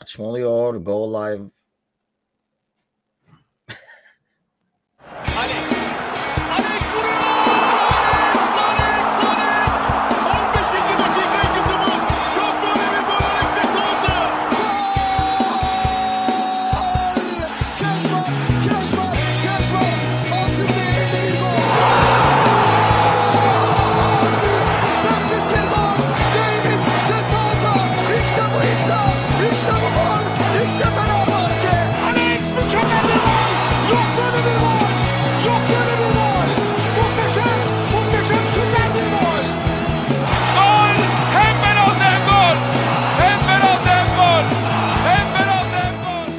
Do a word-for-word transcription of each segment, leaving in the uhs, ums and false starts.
Saçmalıyor. Go live. Alex. Alex vuruyor. Alex. Alex. Alex. on beşinci dakika iki sıfır. Çok böyle bir gol Alex de Souza. Cash var. Cash var. Cash var. Altın değerinde bir gol. Nefis bir gol. David de Souza. İşte bu imza. İşte bu gol. İşte Fenerbahçe. Alex mükemmel bir gol. Yok böyle bir gol. Yok böyle bir gol. Muhteşem. Muhteşem süper bir gol. Gol! Hem penaltı hem gol! Hem penaltı hem gol! Hem penaltı hem gol!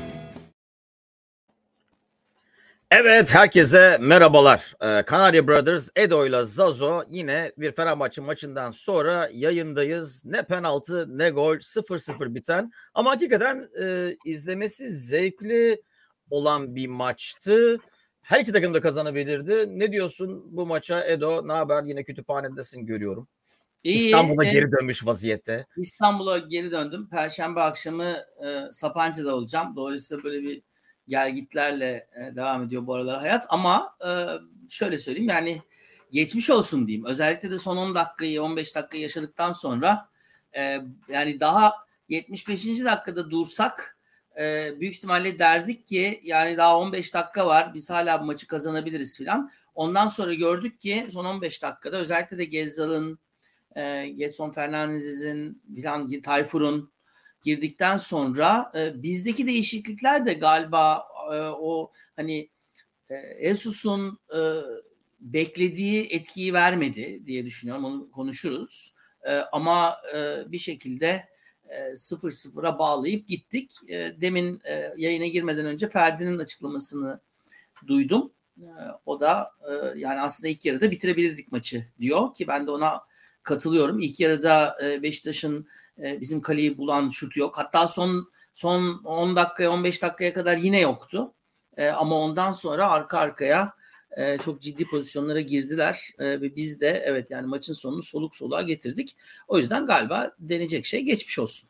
Evet, herkese merhabalar. Ee, Kanarya Brothers, Edo ile Zazo yine bir Fenerbahçe maçından sonra yayındayız. Ne penaltı ne gol, sıfır sıfır biten. Ama hakikaten e, izlemesi zevkli olan bir maçtı. Her iki takım da kazanabilirdi. Ne diyorsun bu maça Edo? Ne haber? Yine kütüphanedesin görüyorum. İyi. İstanbul'a e, geri dönmüş vaziyette. İstanbul'a geri döndüm. Perşembe akşamı e, Sapanca'da olacağım. Dolayısıyla böyle bir gelgitlerle e, devam ediyor bu aralar hayat. Ama e, şöyle söyleyeyim, yani geçmiş olsun diyeyim. Özellikle de son on dakikayı, on beş dakikayı yaşadıktan sonra e, yani daha yetmiş beşinci dakikada dursak e, büyük ihtimalle derdik ki yani daha on beş dakika var. Biz hala bu maçı kazanabiliriz filan. Ondan sonra gördük ki son on beş dakikada özellikle de Gezzal'ın, e, Gedson Fernandez'in filan, Tayfur'un girdikten sonra e, bizdeki değişiklikler de galiba e, o hani e, Jesus'un e, beklediği etkiyi vermedi diye düşünüyorum. Onu konuşuruz. E, ama e, bir şekilde e, sıfır sıfıra bağlayıp gittik. E, demin e, yayına girmeden önce Ferdi'nin açıklamasını duydum. E, o da e, yani aslında ilk yarıda bitirebilirdik maçı diyor ki ben de ona katılıyorum. İlk yarıda e, Beşiktaş'ın e, bizim kaleyi bulan şutu yok. Hatta son son on dakikaya on beş dakikaya kadar yine yoktu. E, ama ondan sonra arka arkaya e, çok ciddi pozisyonlara girdiler e, ve biz de evet yani maçın sonunu soluk soluğa getirdik. O yüzden galiba denecek şey geçmiş olsun.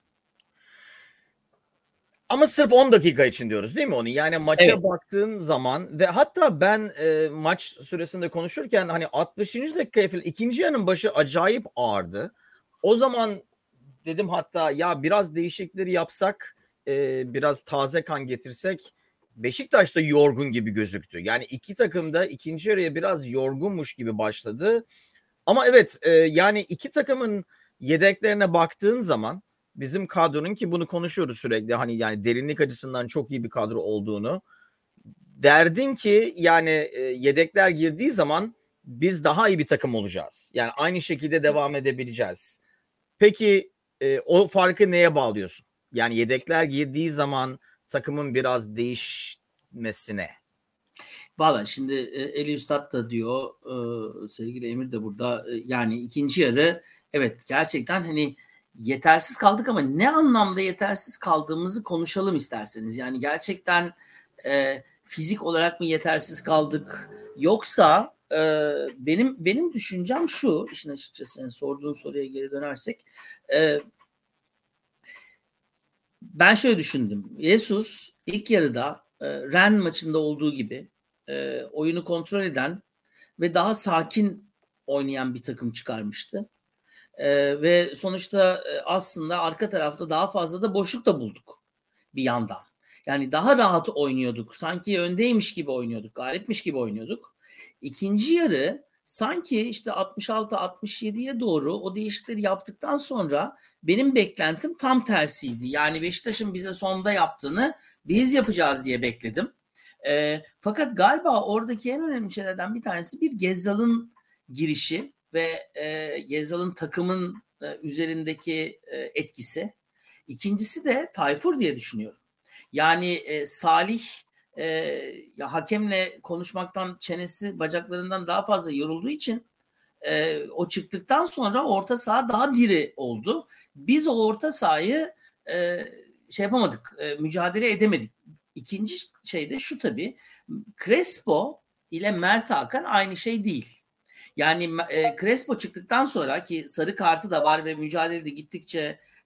Ama sırf on dakika için diyoruz değil mi onu? Yani maça Evet. baktığın zaman ve hatta ben e, maç süresinde konuşurken hani altmışıncı dakikaya falan ikinci yarının başı acayip ağırdı. O zaman dedim hatta ya biraz değişiklikleri yapsak, e, biraz taze kan getirsek. Beşiktaş da yorgun gibi gözüktü. Yani iki takım da ikinci yarıya biraz yorgunmuş gibi başladı. Ama evet e, yani iki takımın yedeklerine baktığın zaman bizim kadronun ki bunu konuşuyoruz sürekli hani yani derinlik açısından çok iyi bir kadro olduğunu derdin ki yani e, yedekler girdiği zaman biz daha iyi bir takım olacağız. Yani aynı şekilde devam edebileceğiz. Peki e, o farkı neye bağlıyorsun? Yani yedekler girdiği zaman takımın biraz değişmesine. Valla şimdi e, Eli Üstad da diyor, e, sevgili Emir de burada, e, yani ikinci yarı evet gerçekten hani yetersiz kaldık ama ne anlamda yetersiz kaldığımızı konuşalım isterseniz. Yani gerçekten e, fizik olarak mı yetersiz kaldık yoksa e, benim benim düşüncem şu, işin açıkçası yani sorduğun soruya geri dönersek e, ben şöyle düşündüm. Jesus ilk yarıda e, Ren maçında olduğu gibi e, oyunu kontrol eden ve daha sakin oynayan bir takım çıkarmıştı. E, ve sonuçta e, aslında arka tarafta daha fazla da boşluk da bulduk bir yandan. Yani daha rahat oynuyorduk. Sanki öndeymiş gibi oynuyorduk. Galipmiş gibi oynuyorduk. İkinci yarı sanki işte altmış altı altmış yediye doğru o değişiklikleri yaptıktan sonra benim beklentim tam tersiydi. Yani Beşiktaş'ın bize sonda yaptığını biz yapacağız diye bekledim. E, fakat galiba oradaki en önemli şeylerden bir tanesi bir Gezzal'ın girişi ve e, Gezzal'ın takımın e, üzerindeki e, etkisi. İkincisi de Tayfur diye düşünüyorum. Yani e, Salih e, ya hakemle konuşmaktan çenesi bacaklarından daha fazla yorulduğu için e, o çıktıktan sonra orta saha daha diri oldu. Biz o orta sahayı e, şey yapamadık, e, mücadele edemedik. İkinci şey de şu tabii, Crespo ile Mert Hakan aynı şey değil. Yani e, Crespo çıktıktan sonra ki sarı kartı da var ve mücadelede gittikçe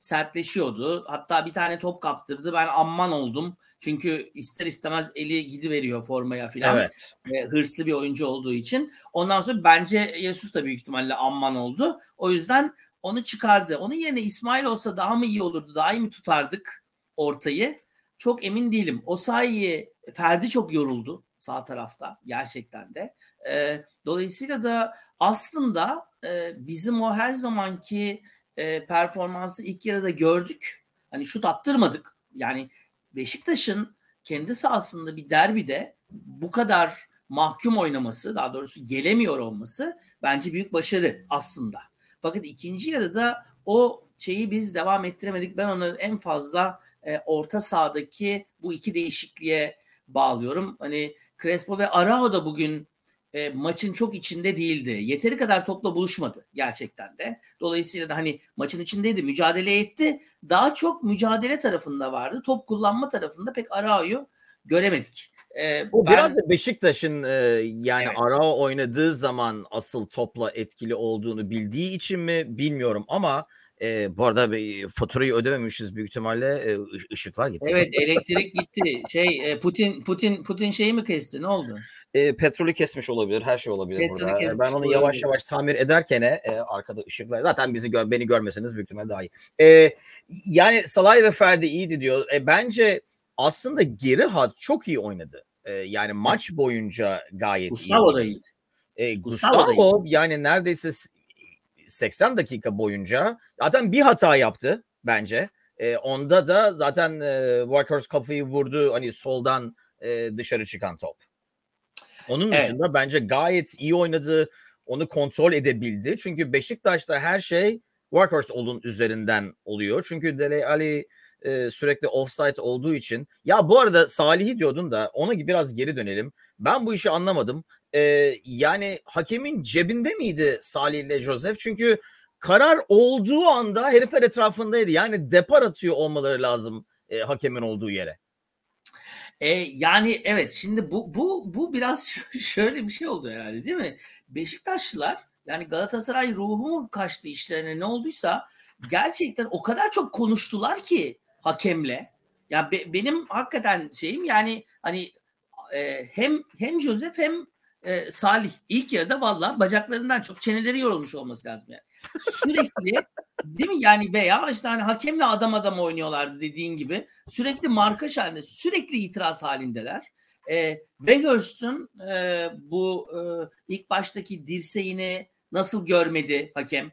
sertleşiyordu. Hatta bir tane top kaptırdı. Ben amman oldum. Çünkü ister istemez eli gidiveriyor formaya filan. Evet. E, hırslı bir oyuncu olduğu için. Ondan sonra bence Jesus da büyük ihtimalle amman oldu. O yüzden onu çıkardı. Onun yerine İsmail olsa daha mı iyi olurdu? Daha iyi mi tutardık ortayı? Çok emin değilim. Osayi, Ferdi çok yoruldu sağ tarafta gerçekten de. E, dolayısıyla da aslında e, bizim o her zamanki e, performansı ilk yarıda gördük. Hani şut attırmadık. Yani Beşiktaş'ın kendi sahasında bir derbide bu kadar mahkum oynaması, daha doğrusu gelemiyor olması bence büyük başarı aslında. Fakat ikinci yarıda o şeyi biz devam ettiremedik. Ben onu en fazla e, orta sahadaki bu iki değişikliğe bağlıyorum. Hani Crespo ve Arao da bugün e, maçın çok içinde değildi. Yeteri kadar topla buluşmadı gerçekten de. Dolayısıyla da hani maçın içindeydi, mücadele etti. Daha çok mücadele tarafında vardı. Top kullanma tarafında pek Arao'yu göremedik. E, O ben, biraz da Beşiktaş'ın e, yani Evet. Arao oynadığı zaman asıl topla etkili olduğunu bildiği için mi bilmiyorum ama e, bu arada bir faturayı ödememişiz büyük ihtimalle, e, ı- ışıklar gitti. Evet, elektrik gitti. Şey e, Putin Putin Putin şeyi mi kesti? Ne oldu? E, petrolü kesmiş olabilir, her şey olabilir Petrolü burada. E, kesmiş Ben onu olabilir. yavaş yavaş tamir ederken e, arkada ışıklar, zaten bizi gör, beni görmeseniz büyük ihtimalle daha iyi. E, yani Salah'ı ve Ferdi iyiydi diyor. E, bence aslında geri hat çok iyi oynadı. E, yani maç boyunca gayet iyi Gustavo oynadı. da iyi. E, Gustavo da Gustavo yani neredeyse s- seksen dakika boyunca zaten bir hata yaptı bence. E, onda da zaten e, Whitehurst kafayı vurdu, hani soldan e, dışarı çıkan top. Onun Evet. dışında bence gayet iyi oynadı. Onu kontrol edebildi. Çünkü Beşiktaş'ta her şey Whitehurst'un üzerinden oluyor. Çünkü Dele Alli e, sürekli offside olduğu için. Ya bu arada Salih'i diyordun da ona biraz geri dönelim. Ben bu işi anlamadım. E, yani hakemin cebinde miydi Salih ile Joseph? Çünkü karar olduğu anda herifler etrafındaydı. Yani depar atıyor olmaları lazım e, hakemin olduğu yere. E, yani evet, şimdi bu bu bu biraz şöyle bir şey oldu herhalde, değil mi? Beşiktaşlılar, yani Galatasaray ruhu mu kaçtı işlerine, ne olduysa gerçekten o kadar çok konuştular ki hakemle. Ya be- benim hakikaten şeyim, yani hani e, hem hem Joseph hem e, Salih ilk yarıda valla bacaklarından çok çeneleri yorulmuş olması lazım yani. Sürekli, değil mi yani, veya işte hani hakemle adam adam oynuyorlardı dediğin gibi. Sürekli marka halinde, sürekli itiraz halindeler. E, Weghorst'un e, bu e, ilk baştaki dirseğini nasıl görmedi hakem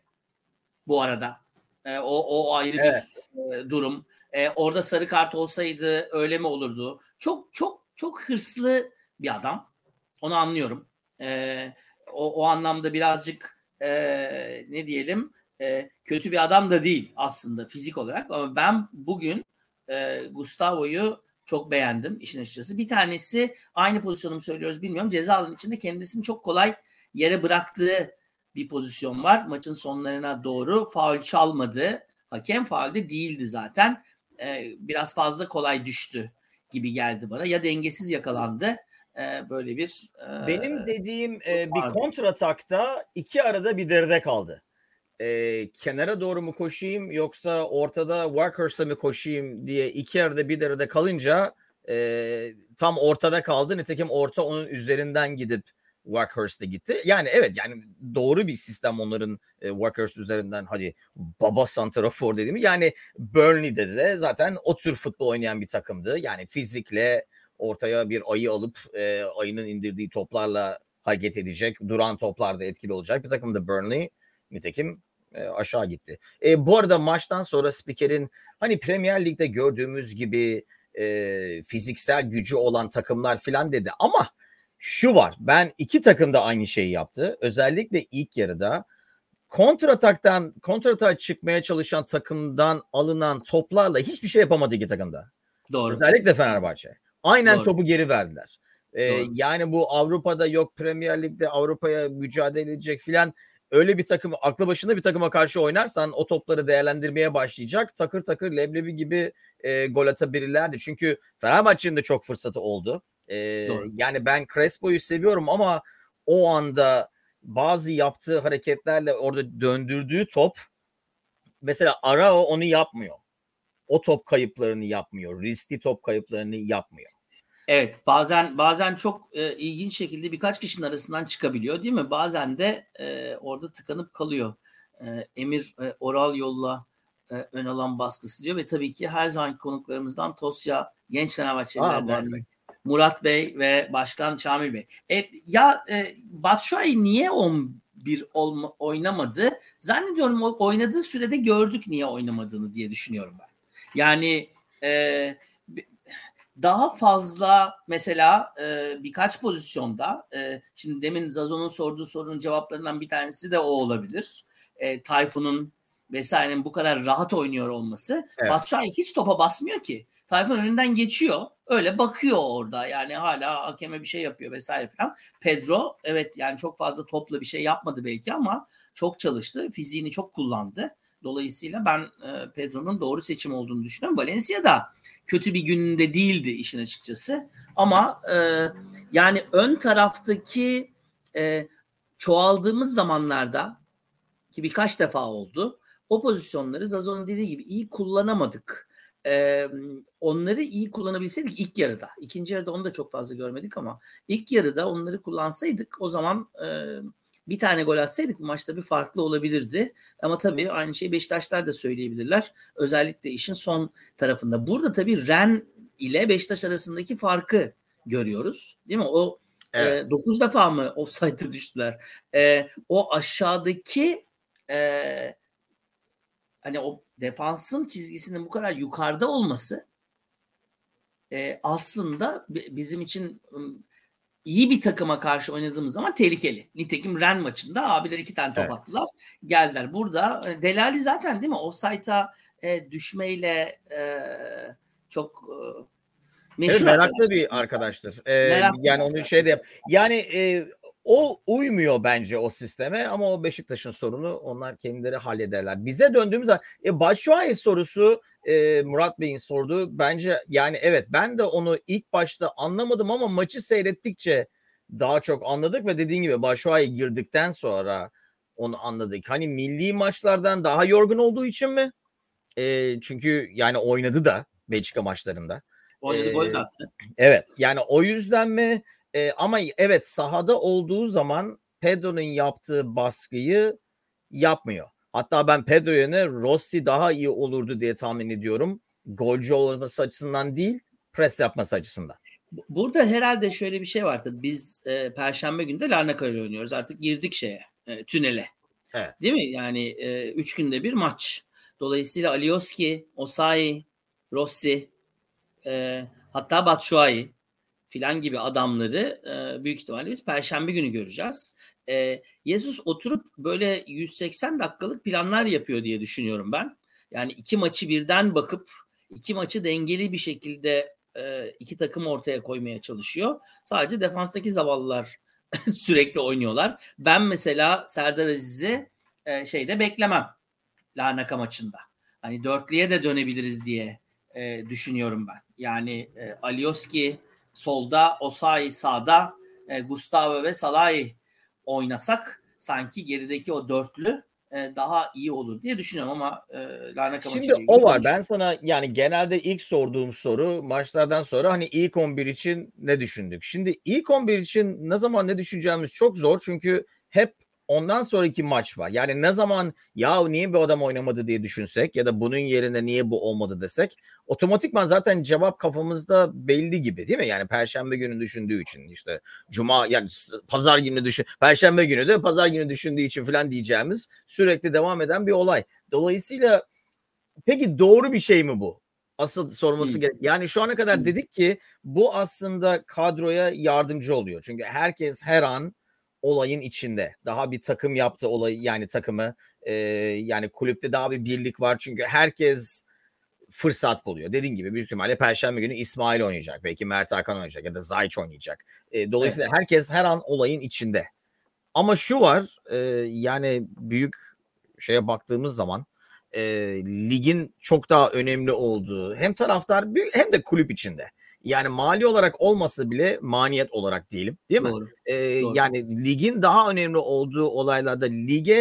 bu arada? E, o, o ayrı bir Evet. e, durum. E, orada sarı kart olsaydı öyle mi olurdu? Çok çok çok hırslı bir adam. Onu anlıyorum. E, o, o anlamda birazcık e, ne diyelim, e, kötü bir adam da değil aslında fizik olarak. Ama ben bugün e, Gustavo'yu çok beğendim işin açıkçası. Bir tanesi, aynı pozisyonumu söylüyoruz bilmiyorum, ceza alanının içinde kendisini çok kolay yere bıraktığı bir pozisyon var. Maçın sonlarına doğru faul çalmadı. Hakem faulde değildi zaten. Ee, biraz fazla kolay düştü gibi geldi bana. Ya dengesiz yakalandı. Ee, böyle bir e, Benim dediğim e, bir vardı. kontratakta iki arada bir deride kaldı. E, kenara doğru mu koşayım yoksa ortada Workhorse'la mı koşayım diye iki arada bir deride kalınca e, tam ortada kaldı. Nitekim orta onun üzerinden gidip Workhorse'da gitti. Yani evet, yani doğru bir sistem onların, e, Workhorse üzerinden, hadi baba santrafor dediğimi, yani Burnley'de de zaten o tür futbol oynayan bir takımdı. Yani fizikle ortaya bir ayı alıp e, ayının indirdiği toplarla hareket edecek, duran toplarda etkili olacak bir takımdı Burnley. Nitekim e, aşağı gitti. E, bu arada maçtan sonra spikerin hani Premier Lig'de gördüğümüz gibi e, fiziksel gücü olan takımlar filan dedi ama şu var, ben iki takım da aynı şeyi yaptı. Özellikle ilk yarıda kontrataktan kontratak çıkmaya çalışan takımdan alınan toplarla hiçbir şey yapamadı iki takımda. Doğru. Özellikle Fenerbahçe. Aynen Doğru. topu geri verdiler. Ee, Doğru. yani bu Avrupa'da yok, Premier Lig'de Avrupa'ya mücadele edecek filan, öyle bir takım, aklı başında bir takıma karşı oynarsan o topları değerlendirmeye başlayacak. Takır takır leblebi gibi e, gol atabilirlerdi. Çünkü Fenerbahçe'nin de çok fırsatı oldu. E, yani ben Crespo'yu seviyorum ama o anda bazı yaptığı hareketlerle orada döndürdüğü top mesela Arao onu yapmıyor. O top kayıplarını yapmıyor. Riskli top kayıplarını yapmıyor. Evet, bazen bazen çok e, ilginç şekilde birkaç kişinin arasından çıkabiliyor, değil mi? Bazen de e, orada tıkanıp kalıyor. E, Emir e, oral yolla e, ön alan baskısı diyor ve tabii ki her zamanki konuklarımızdan Tosya Genç Fenerbahçeliler Aa, Murat Derneği Bey. Murat Bey ve Başkan Şamil Bey. E, ya e, Batshuayi niye on bir olma, oynamadı? Zannediyorum o oynadığı sürede gördük niye oynamadığını diye düşünüyorum ben. Yani e, daha fazla mesela e, birkaç pozisyonda e, şimdi demin Zazo'nun sorduğu sorunun cevaplarından bir tanesi de o olabilir. E, Tayfun'un vesairenin bu kadar rahat oynuyor olması. Evet. Batshuayi hiç topa basmıyor ki. Tayfun önünden geçiyor. Öyle bakıyor orada. Yani hala hakeme bir şey yapıyor vesaire falan. Pedro evet yani çok fazla topla bir şey yapmadı belki ama çok çalıştı. Fiziğini çok kullandı. Dolayısıyla ben e, Pedro'nun doğru seçim olduğunu düşünüyorum. Valencia'da kötü bir gününde değildi işin açıkçası. Ama e, yani ön taraftaki e, çoğaldığımız zamanlarda ki birkaç defa oldu. O pozisyonları Zazo'nun dediği gibi iyi kullanamadık. Ee, onları iyi kullanabilseydik ilk yarıda. İkinci yarıda onu da çok fazla görmedik ama ilk yarıda onları kullansaydık o zaman e, bir tane gol atsaydık bu maçta bir farklı olabilirdi. Ama tabii aynı şeyi Beşiktaşlar da söyleyebilirler. Özellikle işin son tarafında. Burada tabii Ren ile Beşiktaş arasındaki farkı görüyoruz. Değil mi? O Evet. dokuz e, defa mı offside'e düştüler? E, o aşağıdaki e, hani o defansın çizgisinin bu kadar yukarıda olması e, aslında bizim için iyi bir takıma karşı oynadığımız zaman tehlikeli. Nitekim Ren maçında abiler iki tane top Evet. attılar. Geldiler. Burada Delali zaten değil mi? Offside'a e, düşmeyle e, çok e, meşhur Evet, meraklı arkadaşlar. bir arkadaştır. Ee, Meraklı yani bir onu arkadaş. şey de yap. Yani e, o uymuyor bence o sisteme ama o Beşiktaş'ın sorunu onlar kendileri hallederler. Bize döndüğümüz zaman e, Batshuayi sorusu e, Murat Bey'in sorduğu bence yani evet ben de onu ilk başta anlamadım ama maçı seyrettikçe daha çok anladık ve dediğin gibi Batshuayi girdikten sonra onu anladık. Hani milli maçlardan daha yorgun olduğu için mi? E, çünkü yani oynadı da Belçika maçlarında. Oynadı, E, gol de attı. Evet yani o yüzden mi e, ama evet sahada olduğu zaman Pedro'nun yaptığı baskıyı yapmıyor. Hatta ben Pedro yerine Rossi daha iyi olurdu diye tahmin ediyorum. Golcü olması açısından değil pres yapması açısından. Burada herhalde şöyle bir şey var. Tabii biz e, Perşembe günü de Larnaca ile oynuyoruz. Artık girdik şeye, e, tünele. Evet. Değil mi? Yani e, üç günde bir maç. Dolayısıyla Alioski, Osayi, Rossi, e, hatta Batshuayi filan gibi adamları e, büyük ihtimalle biz Perşembe günü göreceğiz. E, Jesus oturup böyle yüz seksen dakikalık planlar yapıyor diye düşünüyorum ben. Yani iki maçı birden bakıp iki maçı dengeli bir şekilde e, iki takım ortaya koymaya çalışıyor. Sadece defanstaki zavallılar sürekli oynuyorlar. Ben mesela Serdar Aziz'i e, şeyde beklemem. Larnaca maçında. Hani dörtlüye de dönebiliriz diye e, düşünüyorum ben. Yani e, Alioski solda, Osayi sağda, e, Gustavo ve Salahi oynasak sanki gerideki o dörtlü e, daha iyi olur diye düşünüyorum ama e, Larnaca Şimdi maçıyla ilgili o var. konuşalım. Ben sana yani genelde ilk sorduğum soru maçlardan sonra hani ilk on bir için ne düşündük? Şimdi ilk on bir için ne zaman ne düşüneceğimiz çok zor çünkü hep ondan sonraki maç var. Yani ne zaman ya niye bu adam oynamadı diye düşünsek ya da bunun yerine niye bu olmadı desek otomatikman zaten cevap kafamızda belli gibi değil mi? Yani Perşembe günü düşündüğü için işte Cuma yani Pazar günü düşün Perşembe günü de Pazar günü düşündüğü için falan diyeceğimiz sürekli devam eden bir olay. Dolayısıyla peki doğru bir şey mi bu? Asıl sorulması Hmm. gerek. Yani şu ana kadar Hmm. dedik ki bu aslında kadroya yardımcı oluyor. Çünkü herkes her an olayın içinde. Daha bir takım yaptı olayı yani takımı e, yani kulüpte daha bir birlik var. Çünkü herkes fırsat buluyor. Dediğin gibi büyük ihtimalle Perşembe günü İsmail oynayacak. Belki Mert Hakan oynayacak ya da Zayç oynayacak. E, dolayısıyla evet. Herkes her an olayın içinde. Ama şu var e, yani büyük şeye baktığımız zaman e, ligin çok daha önemli olduğu hem taraftar hem de kulüp içinde. Yani mali olarak olmasa bile maniyet olarak diyelim değil mi? Doğru. E, Doğru. Yani ligin daha önemli olduğu olaylarda lige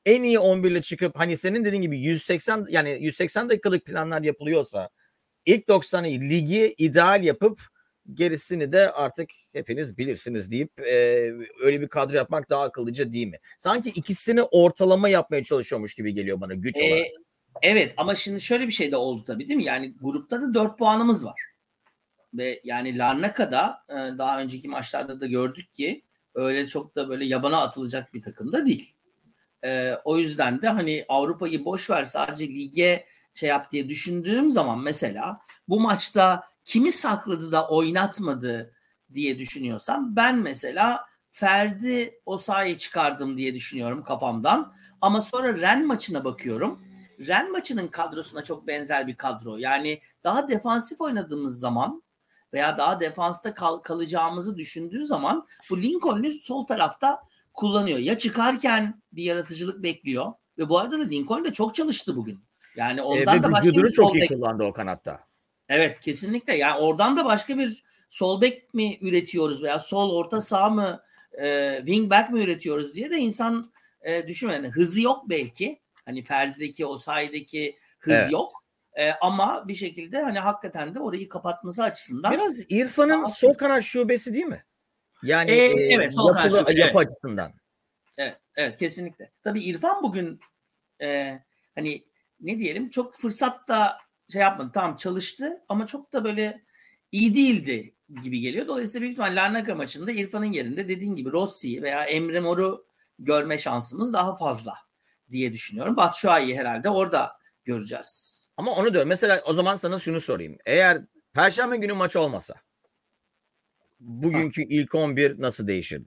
en iyi on bir ile çıkıp hani senin dediğin gibi yüz seksen yani yüz seksen dakikalık planlar yapılıyorsa ilk doksanı ligi ideal yapıp gerisini de artık hepiniz bilirsiniz deyip e, öyle bir kadro yapmak daha akıllıca değil mi? Sanki ikisini ortalama yapmaya çalışıyormuş gibi geliyor bana güç Ee, olarak. evet ama şimdi şöyle bir şey de oldu tabii değil mi? Yani grupta da dört puanımız var. Ve yani Larnaka'da e, daha önceki maçlarda da gördük ki öyle çok da böyle yabana atılacak bir takım da değil. E, o yüzden de hani Avrupa'yı boş ver sadece lige şey yap diye düşündüğüm zaman mesela bu maçta kimi sakladı da oynatmadı diye düşünüyorsam ben mesela Ferdi Osayi çıkardım diye düşünüyorum kafamdan. Ama sonra Ren maçına bakıyorum. Ren maçının kadrosuna çok benzer bir kadro. Yani daha defansif oynadığımız zaman veya daha defansta kal- kalacağımızı düşündüğü zaman bu Lincoln'u sol tarafta kullanıyor. Ya çıkarken bir yaratıcılık bekliyor ve bu arada da Lincoln de çok çalıştı bugün. Yani E, ondan ve da başka bir vücudunu çok sol iyi bek. kullandı o kanatta. Evet kesinlikle. Yani oradan da başka bir sol bek mi üretiyoruz veya sol orta saha mı e, wing back mi üretiyoruz diye de insan e, düşünmüyor. Yani hızı yok belki. Hani Ferdi'deki o sahideki hız Evet. yok. E, ama bir şekilde hani hakikaten de orayı kapatması açısından Biraz İrfan'ın daha sol kanat şubesi değil mi? Yani e, e, evet sol kanat yapılı şube. yapı Evet. açısından. Evet, evet kesinlikle. Tabii İrfan bugün e, hani ne diyelim çok fırsat da şey yapmadı. Tamam çalıştı ama çok da böyle iyi değildi gibi geliyor. Dolayısıyla büyük ihtimalle Larnaca maçında İrfan'ın yerinde dediğin gibi Rossi'yi veya Emre Mor'u görme şansımız daha fazla diye düşünüyorum. Batshuayi'yi herhalde orada göreceğiz. Ama onu diyorum. Mesela o zaman sana şunu sorayım. Eğer Perşembe günü maç olmasa Ha. bugünkü ilk on bir nasıl değişirdi?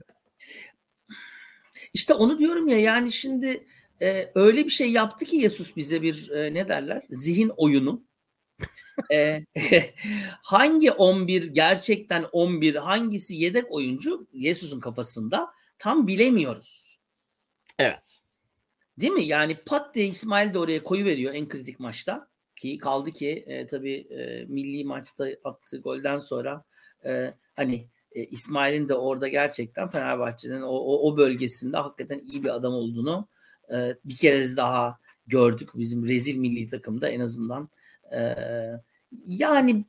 İşte onu diyorum ya yani şimdi e, öyle bir şey yaptı ki Jesus bize bir e, ne derler zihin oyunu. E, hangi on bir gerçekten on bir hangisi yedek oyuncu Jesus'un kafasında tam bilemiyoruz. Evet. Değil mi? Yani pat diye İsmail de oraya koyuveriyor en kritik maçta. Ki kaldı ki e, tabii e, milli maçta attığı golden sonra e, hani e, İsmail'in de orada gerçekten Fenerbahçe'nin o, o, o bölgesinde hakikaten iyi bir adam olduğunu e, bir kez daha gördük. Bizim rezil milli takımda en azından. E, yani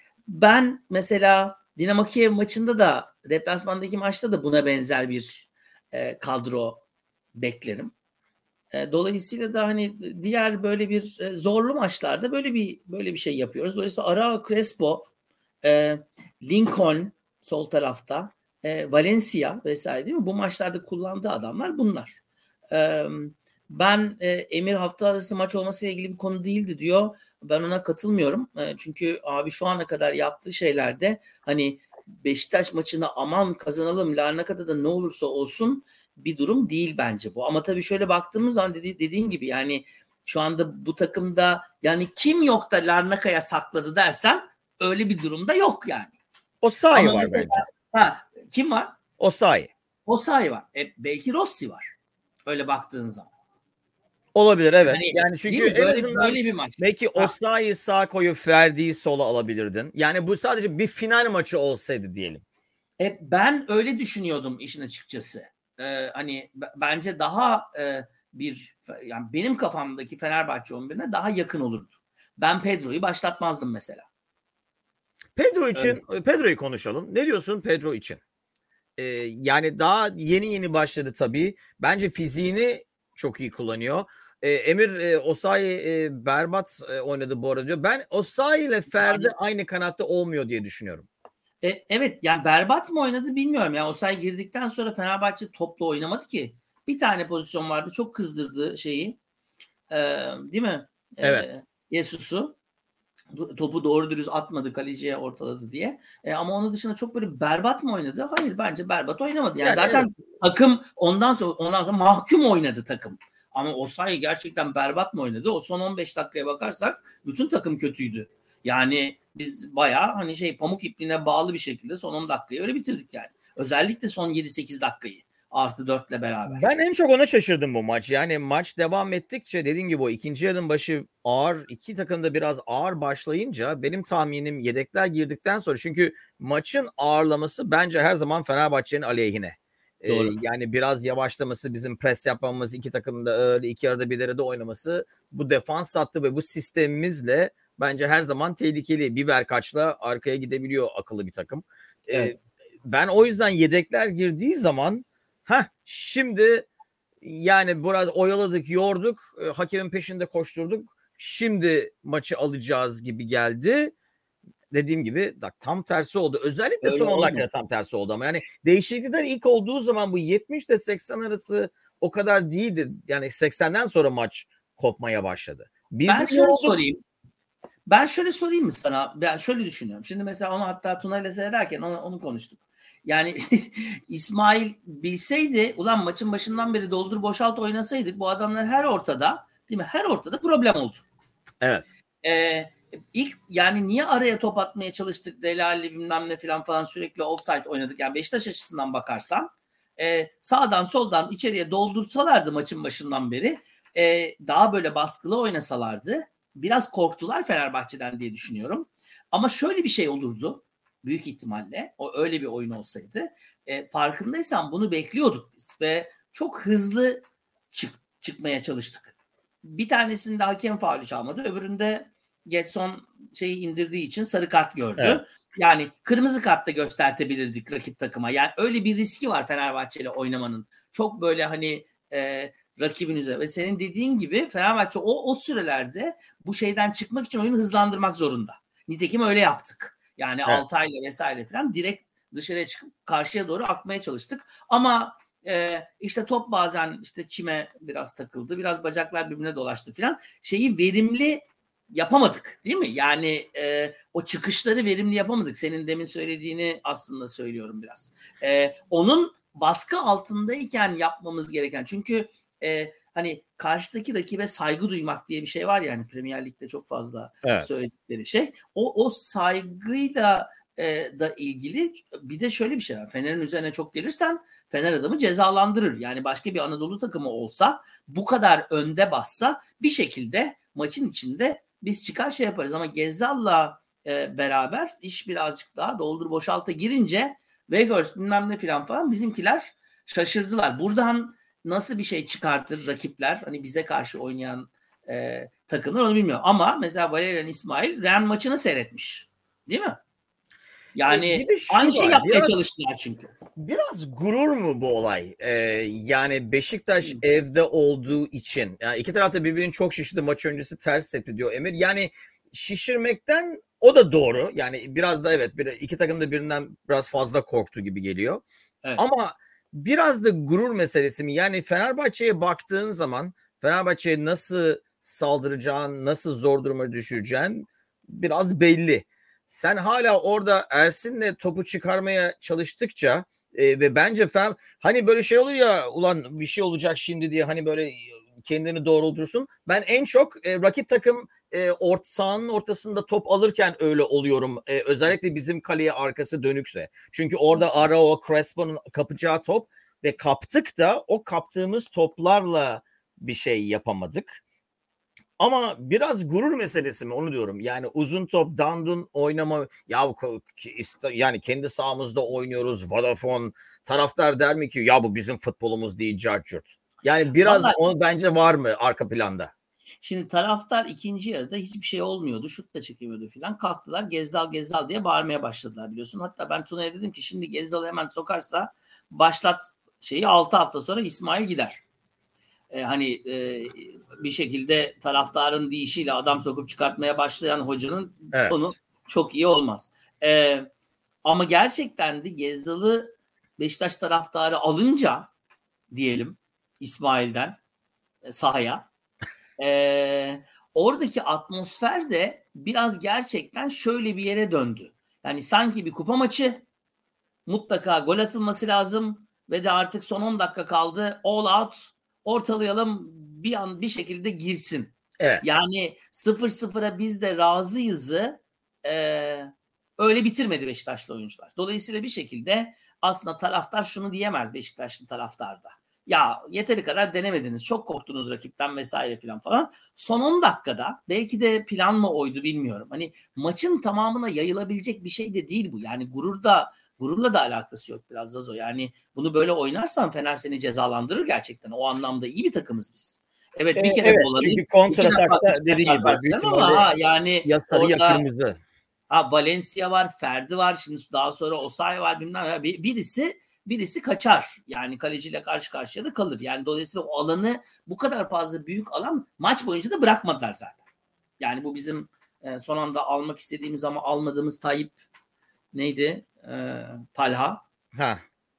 ben mesela Dinamo Kiev maçında da deplasmandaki maçta da buna benzer bir e, kadro beklerim. E, dolayısıyla da hani diğer böyle bir e, zorlu maçlarda böyle bir böyle bir şey yapıyoruz. Dolayısıyla Arao, Crespo, e, Lincoln sol tarafta, e, Valencia vesaire değil mi? Bu maçlarda kullandığı adamlar bunlar. E, ben e, Emir hafta arası maç olmasıyla ilgili bir konu değildi diyor. Ben ona katılmıyorum. E, çünkü abi şu ana kadar yaptığı şeylerde hani Beşiktaş maçına aman kazanalım Larnaka'da da ne olursa olsun bir durum değil bence bu. Ama tabii şöyle baktığımız zaman dedi, dediğim gibi yani şu anda bu takımda yani kim yok da Larnaka'ya sakladı dersen öyle bir durumda yok yani. Osayi Ama var mesela bence. ha, kim var? Osayi. Osayi var. E, belki Rossi var. Öyle baktığın zaman. Olabilir evet. Hani Yani değil çünkü mi? en Böyle azından böyle bir maç. belki Ha, Osayi sağ koyup Ferdi'yi sola alabilirdin. Yani bu sadece bir final maçı olsaydı diyelim. e, ben öyle düşünüyordum işin açıkçası. E, hani b- bence daha e, bir yani benim kafamdaki Fenerbahçe on birine daha yakın olurdu. Ben Pedro'yu başlatmazdım mesela. Pedro Öyle. için Pedro'yu konuşalım. Ne diyorsun Pedro için? Ee, yani daha yeni yeni başladı tabii. Bence fiziğini çok iyi kullanıyor. Ee, Emir e, Osayi e, berbat e, oynadı bu arada diyor. Ben Osayi ile Ferdi aynı kanatta olmuyor diye düşünüyorum. E, evet yani berbat mı oynadı bilmiyorum. Yani Osayi girdikten sonra Fenerbahçe toplu oynamadı ki. Bir tane pozisyon vardı çok kızdırdı şeyi. E, değil mi? E, Evet. Jesus'u. Topu doğru dürüst atmadı kaleciye ortaladı diye. E, ama onun dışında çok böyle berbat mı oynadı? Hayır bence berbat oynamadı. Yani, Yani zaten evet. takım ondan sonra ondan sonra mahkum oynadı takım. Ama Osayi gerçekten berbat mı oynadı? O son on beş dakikaya bakarsak bütün takım kötüydü. Yani biz bayağı hani şey pamuk ipliğine bağlı bir şekilde son on dakikayı öyle bitirdik yani. Özellikle son yedi sekiz dakikayı artı dörtle beraber. Ben en çok ona şaşırdım bu maç. Yani maç devam ettikçe dediğin gibi o ikinci yarının başı ağır, iki takım da biraz ağır başlayınca benim tahminim yedekler girdikten sonra çünkü maçın ağırlaması bence her zaman Fenerbahçe'nin aleyhine. Ee, Doğru. yani biraz yavaşlaması, bizim pres yapmamız, iki takımda öyle iki arada bir arada oynaması bu defans hattı ve bu sistemimizle bence her zaman tehlikeli. Biber kaçla arkaya gidebiliyor akıllı bir takım. Ee, Evet. Ben o yüzden yedekler girdiği zaman ha şimdi yani biraz oyaladık, yorduk, e, hakemin peşinde koşturduk. Şimdi maçı alacağız gibi geldi. Dediğim gibi tam tersi oldu. Özellikle Öyle son on dakikada olmadı. tam tersi oldu ama yani değişiklikler ilk olduğu zaman bu yetmiş ile seksen arası o kadar değildi. Yani seksenden sonra maç kopmaya başladı. Biz Ben mi şöyle yorulduk? sorayım. Ben şöyle sorayım mı sana? Ben şöyle düşünüyorum. Şimdi mesela onu hatta Tuna ile seyrederken onu, onu konuştuk. Yani İsmail bilseydi ulan maçın başından beri doldur boşalt oynasaydık bu adamlar her ortada değil mi? Her ortada problem oldu. Evet. Ee, ilk yani niye araya top atmaya çalıştık Delali bilmem ne falan falan sürekli offside oynadık. Yani Beşiktaş açısından bakarsan e, sağdan soldan içeriye doldursalardı maçın başından beri e, daha böyle baskılı oynasalardı biraz korktular Fenerbahçe'den diye düşünüyorum. Ama şöyle bir şey olurdu büyük ihtimalle o öyle bir oyun olsaydı e, farkındaysan bunu bekliyorduk biz ve çok hızlı çık, çıkmaya çalıştık. Bir tanesinde hakem faulü çalmadı. Öbüründe Getson şeyi indirdiği için sarı kart gördü. Evet. Yani kırmızı kart da göstertebilirdik rakip takıma. Yani öyle bir riski var Fenerbahçe ile oynamanın. Çok böyle hani e, rakibin üzerine. Ve senin dediğin gibi Fenerbahçe o, o sürelerde bu şeyden çıkmak için oyunu hızlandırmak zorunda. Nitekim öyle yaptık. Yani Evet. Altay'la vesaire falan direkt dışarıya çıkıp karşıya doğru atmaya çalıştık. Ama Ee, işte top bazen işte çime biraz takıldı. Biraz bacaklar birbirine dolaştı falan. Şeyi verimli yapamadık değil mi? Yani e, o çıkışları verimli yapamadık. Senin demin söylediğini aslında söylüyorum biraz. Ee, onun baskı altındayken yapmamız gereken. Çünkü e, hani karşıdaki rakibe saygı duymak diye bir şey var ya hani Premier Lig'de çok fazla Evet. söyledikleri şey. O, o saygıyla e, da ilgili bir de şöyle bir şey var. Fener'in üzerine çok gelirsen Fener adamı cezalandırır. Yani başka bir Anadolu takımı olsa bu kadar önde bassa bir şekilde maçın içinde biz çıkar şey yaparız. Ama Gezzal'la e, beraber iş birazcık daha doldur boşalta girince Weghorst bilmem ne filan falan bizimkiler şaşırdılar. Buradan nasıl bir şey çıkartır rakipler? Hani bize karşı oynayan e, takımlar onu bilmiyorum. Ama mesela Valerian İsmail Ren maçını seyretmiş. Değil mi? Yani E, bir de şu aynı şey var, yapmaya biraz- çalıştılar çünkü. Biraz gurur mu bu olay? Ee, yani Beşiktaş evde olduğu için. Yani iki tarafta birbirini çok şişirdi. Maç öncesi ters tepti diyor Emir. Yani şişirmekten o da doğru. Yani biraz da evet bir, iki takım da birinden biraz fazla korktu gibi geliyor. Evet. Ama biraz da gurur meselesi mi? Yani Fenerbahçe'ye baktığın zaman Fenerbahçe'ye nasıl saldıracağın, nasıl zor duruma düşüreceğin biraz belli. Sen hala orada Ersin'le topu çıkarmaya çalıştıkça e, ve bence Fener, hani böyle şey olur ya ulan bir şey olacak şimdi diye hani böyle kendini doğrultursun. Ben en çok e, rakip takım e, ort, sahanın ortasında top alırken öyle oluyorum. E, özellikle bizim kaleye arkası dönükse. Çünkü orada Arao, Crespo'nun kapacağı top ve kaptık da o kaptığımız toplarla bir şey yapamadık. Ama biraz gurur meselesi mi onu diyorum. Yani uzun top, dandun oynama ya yani kendi sahamızda oynuyoruz. Vodafone taraftar der mi ki ya bu bizim futbolumuz değil carçurt. Yani biraz Vallahi, o bence var mı arka planda? şimdi taraftar ikinci yarıda hiçbir şey olmuyordu. Şut da çekemiyordu falan. Kalktılar Gezzal Gezzal diye bağırmaya başladılar biliyorsun. Hatta ben Tuna'ya dedim ki şimdi Gezzal'ı hemen sokarsa başlat şeyi altı hafta sonra İsmail gider. Ee, hani e, bir şekilde taraftarın deyişiyle adam sokup çıkartmaya başlayan hocanın Evet. sonu çok iyi olmaz. Ee, ama gerçekten de Gezzal'ı Beşiktaş taraftarı alınca diyelim İsmail'den e, sahaya e, oradaki atmosfer de biraz gerçekten şöyle bir yere döndü. Yani sanki bir kupa maçı mutlaka gol atılması lazım ve de artık son on dakika kaldı. All out ortalayalım bir an bir şekilde girsin. Evet. Yani sıfır sıfıra biz de razıyızı e, öyle bitirmedi Beşiktaşlı oyuncular. Dolayısıyla bir şekilde aslında taraftar şunu diyemez Beşiktaşlı taraftarda. Ya yeteri kadar denemediniz. Çok korktunuz rakipten vesaire filan falan. Son on dakikada belki de plan mı oydu bilmiyorum. Hani maçın tamamına yayılabilecek bir şey de değil bu. Yani gurur da gururla da alakası yok biraz Zazo. Yani bunu böyle oynarsan Fener seni cezalandırır gerçekten. O anlamda iyi bir takımız biz. Evet bir E, kere evet gol alayım. çünkü iki kontratakta defa dediğin çarpar gibi büyük falan ama ihtimalle ha, yani ya sarı ya orada kırmızı. ha, Valencia var, Ferdi var. Şimdi daha sonra Osay var bilmem ne. Bir- Birisi birisi kaçar. Yani kaleciyle karşı karşıya da kalır. Yani dolayısıyla o alanı bu kadar fazla büyük alan maç boyunca da bırakmadılar zaten. Yani bu bizim e, son anda almak istediğimiz ama almadığımız Tayyip neydi? E, Talha. Ha.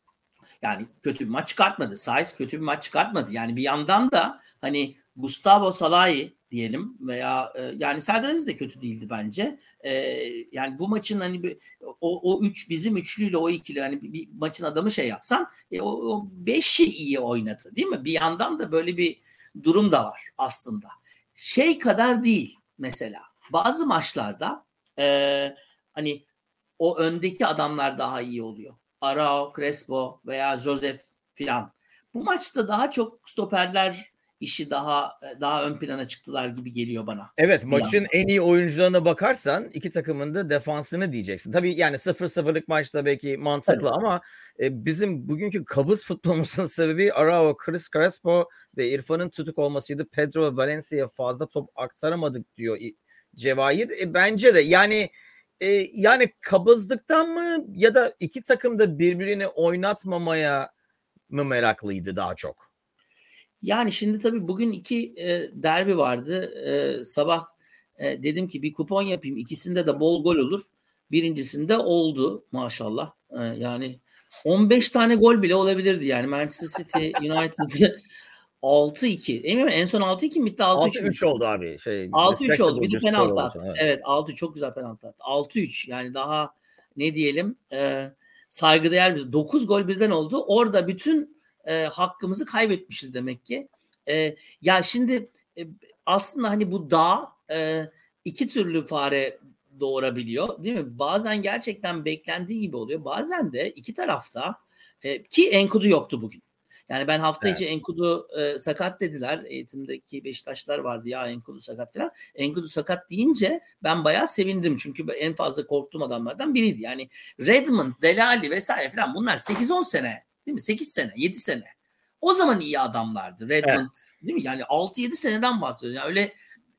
Yani kötü bir maç çıkartmadı. Saiz kötü bir maç çıkartmadı. Yani bir yandan da hani Gustavo Salahi diyelim veya e, yani Serdar Aziz de kötü değildi bence. E, yani bu maçın hani bir, o, o üç bizim üçlüyle o ikili hani bir, bir maçın adamı şey yapsan e, o, o beşi iyi oynadı değil mi? Bir yandan da böyle bir durum da var aslında. Şey kadar değil mesela. Bazı maçlarda e, hani o öndeki adamlar daha iyi oluyor. Arao, Crespo veya Josef filan. Bu maçta daha çok stoperler işi daha daha ön plana çıktılar gibi geliyor bana. Evet Bir maçın yandan. en iyi oyuncularına bakarsan iki takımın da defansını diyeceksin. Tabii yani sıfır sıfırlık maçta belki mantıklı Tabii. ama e, bizim bugünkü kabız futbolumuzun sebebi Arao, Chris Crespo ve İrfan'ın tutuk olmasıydı. Pedro ve Valencia'ya fazla top aktaramadık diyor İ- Cevahir. E, bence de yani e, yani kabızlıktan mı ya da iki takım da birbirini oynatmamaya mı meraklıydı daha çok? Yani şimdi tabii bugün iki e, derbi vardı. E, sabah e, dedim ki bir kupon yapayım. İkisinde de bol gol olur. Birincisinde oldu maşallah. E, yani on beş tane gol bile olabilirdi yani. Manchester City United'ı altı iki. Emin miyim? En son altı iki mi bitti? altı üç altı mü üç bitti? oldu abi. Şey, altı üç oldu. respectable Bir de bir skor penaltı oldu. attı. Evet. Evet altı üç çok güzel penaltı attı. altı üç yani daha ne diyelim e, saygıdeğer bir dokuz gol birden oldu. Orada bütün e, hakkımızı kaybetmişiz demek ki. E, ya şimdi e, aslında hani bu dağ e, iki türlü fare doğurabiliyor değil mi? Bazen gerçekten beklendiği gibi oluyor. Bazen de iki tarafta e, ki Enkudu yoktu bugün. Yani ben hafta Evet. içi Enkudu e, sakat dediler. Eğitimdeki Beşiktaşlar vardı ya Enkudu sakat falan. Enkudu sakat deyince ben bayağı sevindim. Çünkü en fazla korktuğum adamlardan biriydi. Yani Redmond, Delali vesaire falan bunlar sekiz on sene değil mi? sekiz sene, yedi sene. O zaman iyi adamlardı. Redmond değil mi? Yani altı yedi seneden bahsediyoruz. Yani öyle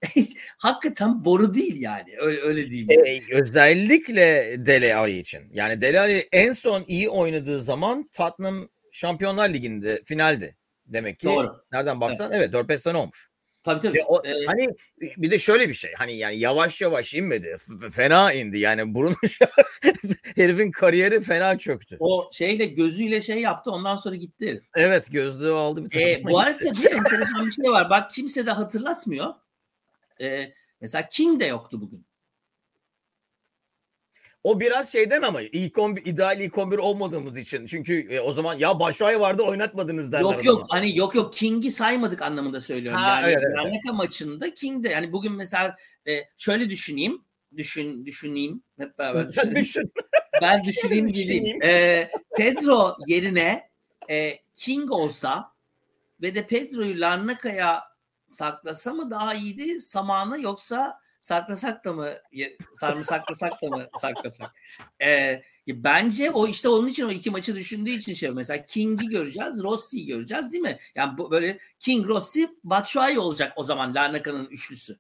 hakikaten boru değil yani. Öyle, öyle diyeyim yani. E, özellikle Dele Alli için. Yani Dele Alli en son iyi oynadığı zaman Tottenham Şampiyonlar Ligi'nde finaldi. Demek ki Doğru. nereden baksan evet, evet dört beş sene olmuş. Tabii tabii. Ve o, Ee, hani bir de şöyle bir şey. Hani yani yavaş yavaş inmedi. F- fena indi. Yani Bruno herifin kariyeri fena çöktü. o şeyle gözüyle şey yaptı ondan sonra gitti herif. Evet gözlüğü aldı bir E, takıma bu gitti. arada bir enteresan bir şey var. Bak kimse de hatırlatmıyor. E, mesela King de yoktu bugün. O biraz şeyden ama ilk on bir, ideal ilk on bir olmadığımız için. Çünkü e, o zaman ya Başakşehir vardı oynatmadınız derler Yok adama. yok hani yok yok King'i saymadık anlamında söylüyorum. Ha, Yani evet, evet, evet. Larnaca maçında King de yani bugün mesela e, şöyle düşüneyim. Düşün düşüneyim. Hep beraber düşünelim. Düşün. Ben düşüneyim Şöyle geleyim. düşüneyim. E, Pedro yerine e, King olsa ve de Pedro'yu Larnaca'ya saklasa mı daha iyiydi Saman'ı yoksa saklasak da mı sarımsaklasak da mı saklasak? Ee, bence o işte onun için o iki maçı düşündüğü için şey mesela King'i göreceğiz, Rossi'yi göreceğiz değil mi? Yani bu böyle King, Rossi, Batshuayi olacak o zaman Larnaca'nın üçlüsü.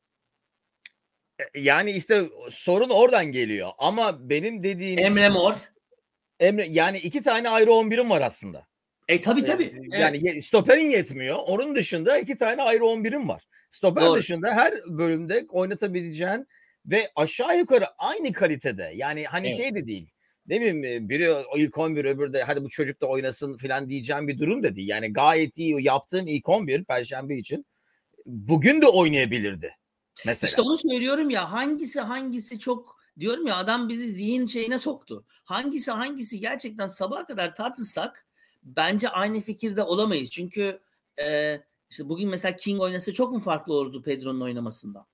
Yani işte sorun oradan geliyor. Ama benim dediğim Emre Mor. Emre yani iki tane ayrı on birim var aslında. E tabii Ee, tabii. Yani Evet. stoperin yetmiyor. Onun dışında iki tane ayrı on birim var. Stoper Doğru. dışında her bölümde oynatabileceğin ve aşağı yukarı aynı kalitede. Yani hani Evet. şey de değil. Ne bileyim biri ilk on bir öbürü de hadi bu çocuk da oynasın falan diyeceğim bir durum da değil. Yani gayet iyi yaptığın ilk on bir Perşembe için bugün de oynayabilirdi. Mesela. İşte onu söylüyorum ya hangisi hangisi çok diyorum ya adam bizi zihin şeyine soktu. Hangisi hangisi gerçekten sabaha kadar tartışsak bence aynı fikirde olamayız. Çünkü e, işte bugün mesela King oynasa çok mu farklı olurdu Pedro'nun oynamasından?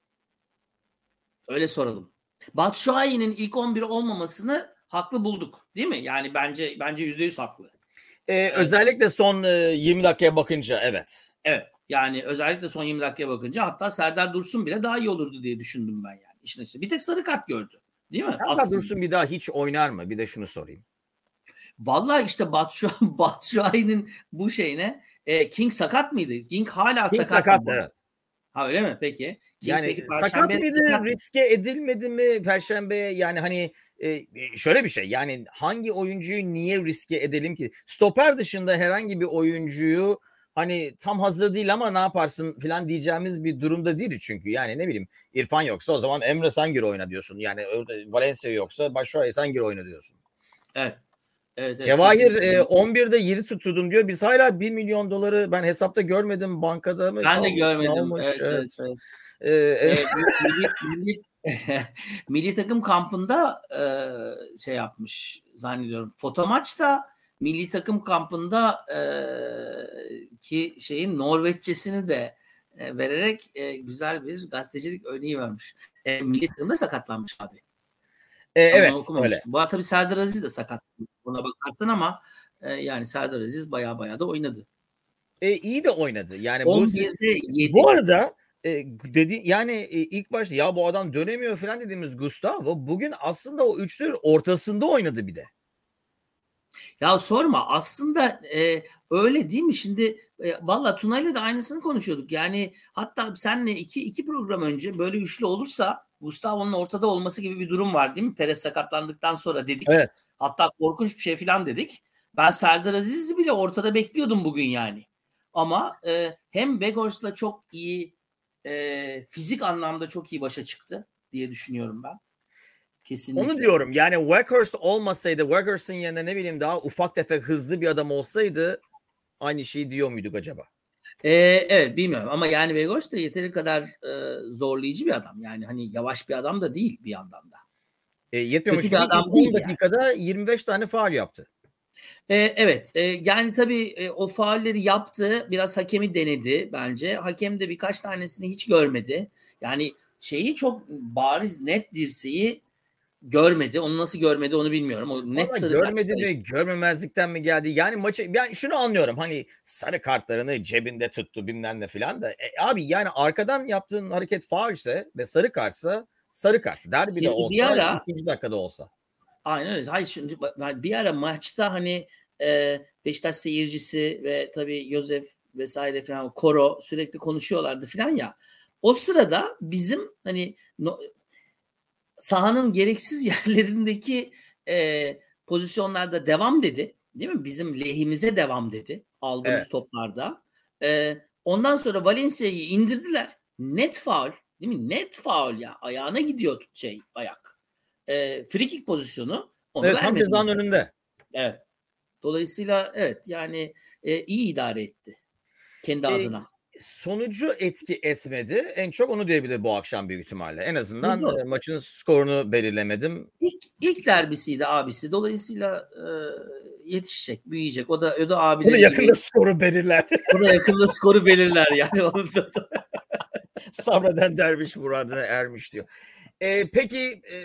Öyle soralım. Batshuayi'nin ilk on bir olmamasını haklı bulduk değil mi? Yani bence bence yüzde yüz haklı. Ee, Evet. Özellikle son e, yirmi dakikaya bakınca evet. Evet. Yani özellikle son yirmi dakikaya bakınca hatta Serdar Dursun bile daha iyi olurdu diye düşündüm ben yani. İşin işte bir tek sarı kart gördü. Değil mi? Serdar Aslında. Dursun bir daha hiç oynar mı? Bir de şunu sorayım. Vallahi işte Batshuayi, Batshuayi'nin bu şeyine e, King sakat mıydı? King hala King sakat, sakat, mı? evet. Ha öyle mi? Peki. King Yani peki sakat Perşembe mıydı, sakat mı? riske edilmedi mi Perşembe'ye? Yani hani e, şöyle bir şey, yani hangi oyuncuyu niye riske edelim ki? Stoper dışında herhangi bir oyuncuyu hani tam hazır değil ama ne yaparsın falan diyeceğimiz bir durumda değil çünkü. Yani ne bileyim, İrfan yoksa o zaman Emre sen gir oyna diyorsun. Yani Valencia yoksa Başakşehir sen gir oyna diyorsun. Evet. Evet, evet Cevahir kesinlikle. e, on birde yedi tutturdum diyor. Biz hala bir milyon doları ben hesapta görmedim. Bankada mı Ben de kalmış, ne görmedim. olmuş? Evet, evet, Evet. evet. E, e, Evet, milli, milli, milli takım kampında e, şey yapmış zannediyorum. Foto maçta milli takım kampında e, ki şeyin Norveççesini de e, vererek e, güzel bir gazetecilik örneği vermiş. E, milli takımda sakatlanmış abi. e, Ama onu evet öyle. okumamıştım. Bu arada tabii Serdar Aziz de sakat. Ona bakarsın ama e, yani Serdar Aziz baya baya da oynadı. E, iyi de oynadı. Yani bu on birde yedi. bu arada e, dedi yani e, ilk başta ya bu adam dönemiyor falan dediğimiz Gustavo bugün aslında o üçlü ortasında oynadı bir de. Ya sorma aslında e, öyle değil mi? Şimdi e, valla Tuna'yla da aynısını konuşuyorduk. Yani hatta seninle iki, iki program önce böyle üçlü olursa Gustavo'nun ortada olması gibi bir durum var değil mi? Perez sakatlandıktan sonra dedik. Evet. Hatta korkunç bir şey falan dedik. Ben Serdar Aziz'i bile ortada bekliyordum bugün yani. Ama e, hem Weghorst'la çok iyi e, fizik anlamda çok iyi başa çıktı diye düşünüyorum ben. Kesinlikle. Onu diyorum yani Weghorst olmasaydı, Weghorst'un yerine ne bileyim daha ufak tefek hızlı bir adam olsaydı aynı şeyi diyor muyduk acaba? Ee, evet bilmiyorum ama yani Vegos da yeteri kadar e, zorlayıcı bir adam. Yani hani yavaş bir adam da değil bir yandan da. E, yetmiyormuş Kötü bir gibi adam ilk değil on yani. dakikada yirmi beş tane faul yaptı. Ee, evet e, yani tabii e, o faulleri yaptı. Biraz hakemi denedi bence. Hakem de birkaç tanesini hiç görmedi. Yani şeyi çok bariz net dirseği görmedi. Onu nasıl görmedi onu bilmiyorum. O net Valla sarı kart. görmedi mi, görmemezlikten mi geldi? Yani maçı ben şunu anlıyorum. Hani sarı kartlarını cebinde tuttu bilmem ne filan da. E, abi yani arkadan yaptığın hareket faulse ve sarı kartsa sarı kart. Derbide Şimdi bir olsa, ara ikinci dakikada olsa. aynen öyle. Hayır şimdi bir ara maçta hani e, Beşiktaş seyircisi ve tabii Yosef vesaire falan koro sürekli konuşuyorlardı falan ya. O sırada bizim hani no, sahanın gereksiz yerlerindeki e, pozisyonlarda devam dedi. Değil mi? Bizim lehimize devam dedi aldığımız Evet. toplarda. E, ondan sonra Valencia'yı indirdiler. Net faul. Değil mi? Net faul ya. Ayağına gidiyor şey ayak. E, free kick pozisyonu onu Evet, tam vermedi cezanın mesela. önünde. Evet. Dolayısıyla evet yani e, iyi idare etti kendi E, adına. sonucu etki etmedi. En çok onu diyebilir bu akşam büyük ihtimalle. En Bu azından doğru. e, maçın skorunu belirlemedim. İlk, ilk derbisiydi abisi. Dolayısıyla e, yetişecek, büyüyecek. O da o da Bunu abileri yakında gibi. skoru belirler. O da yakında skoru belirler yani. Onu da, da. Sabreden derviş muradına ermiş diyor. E, peki e,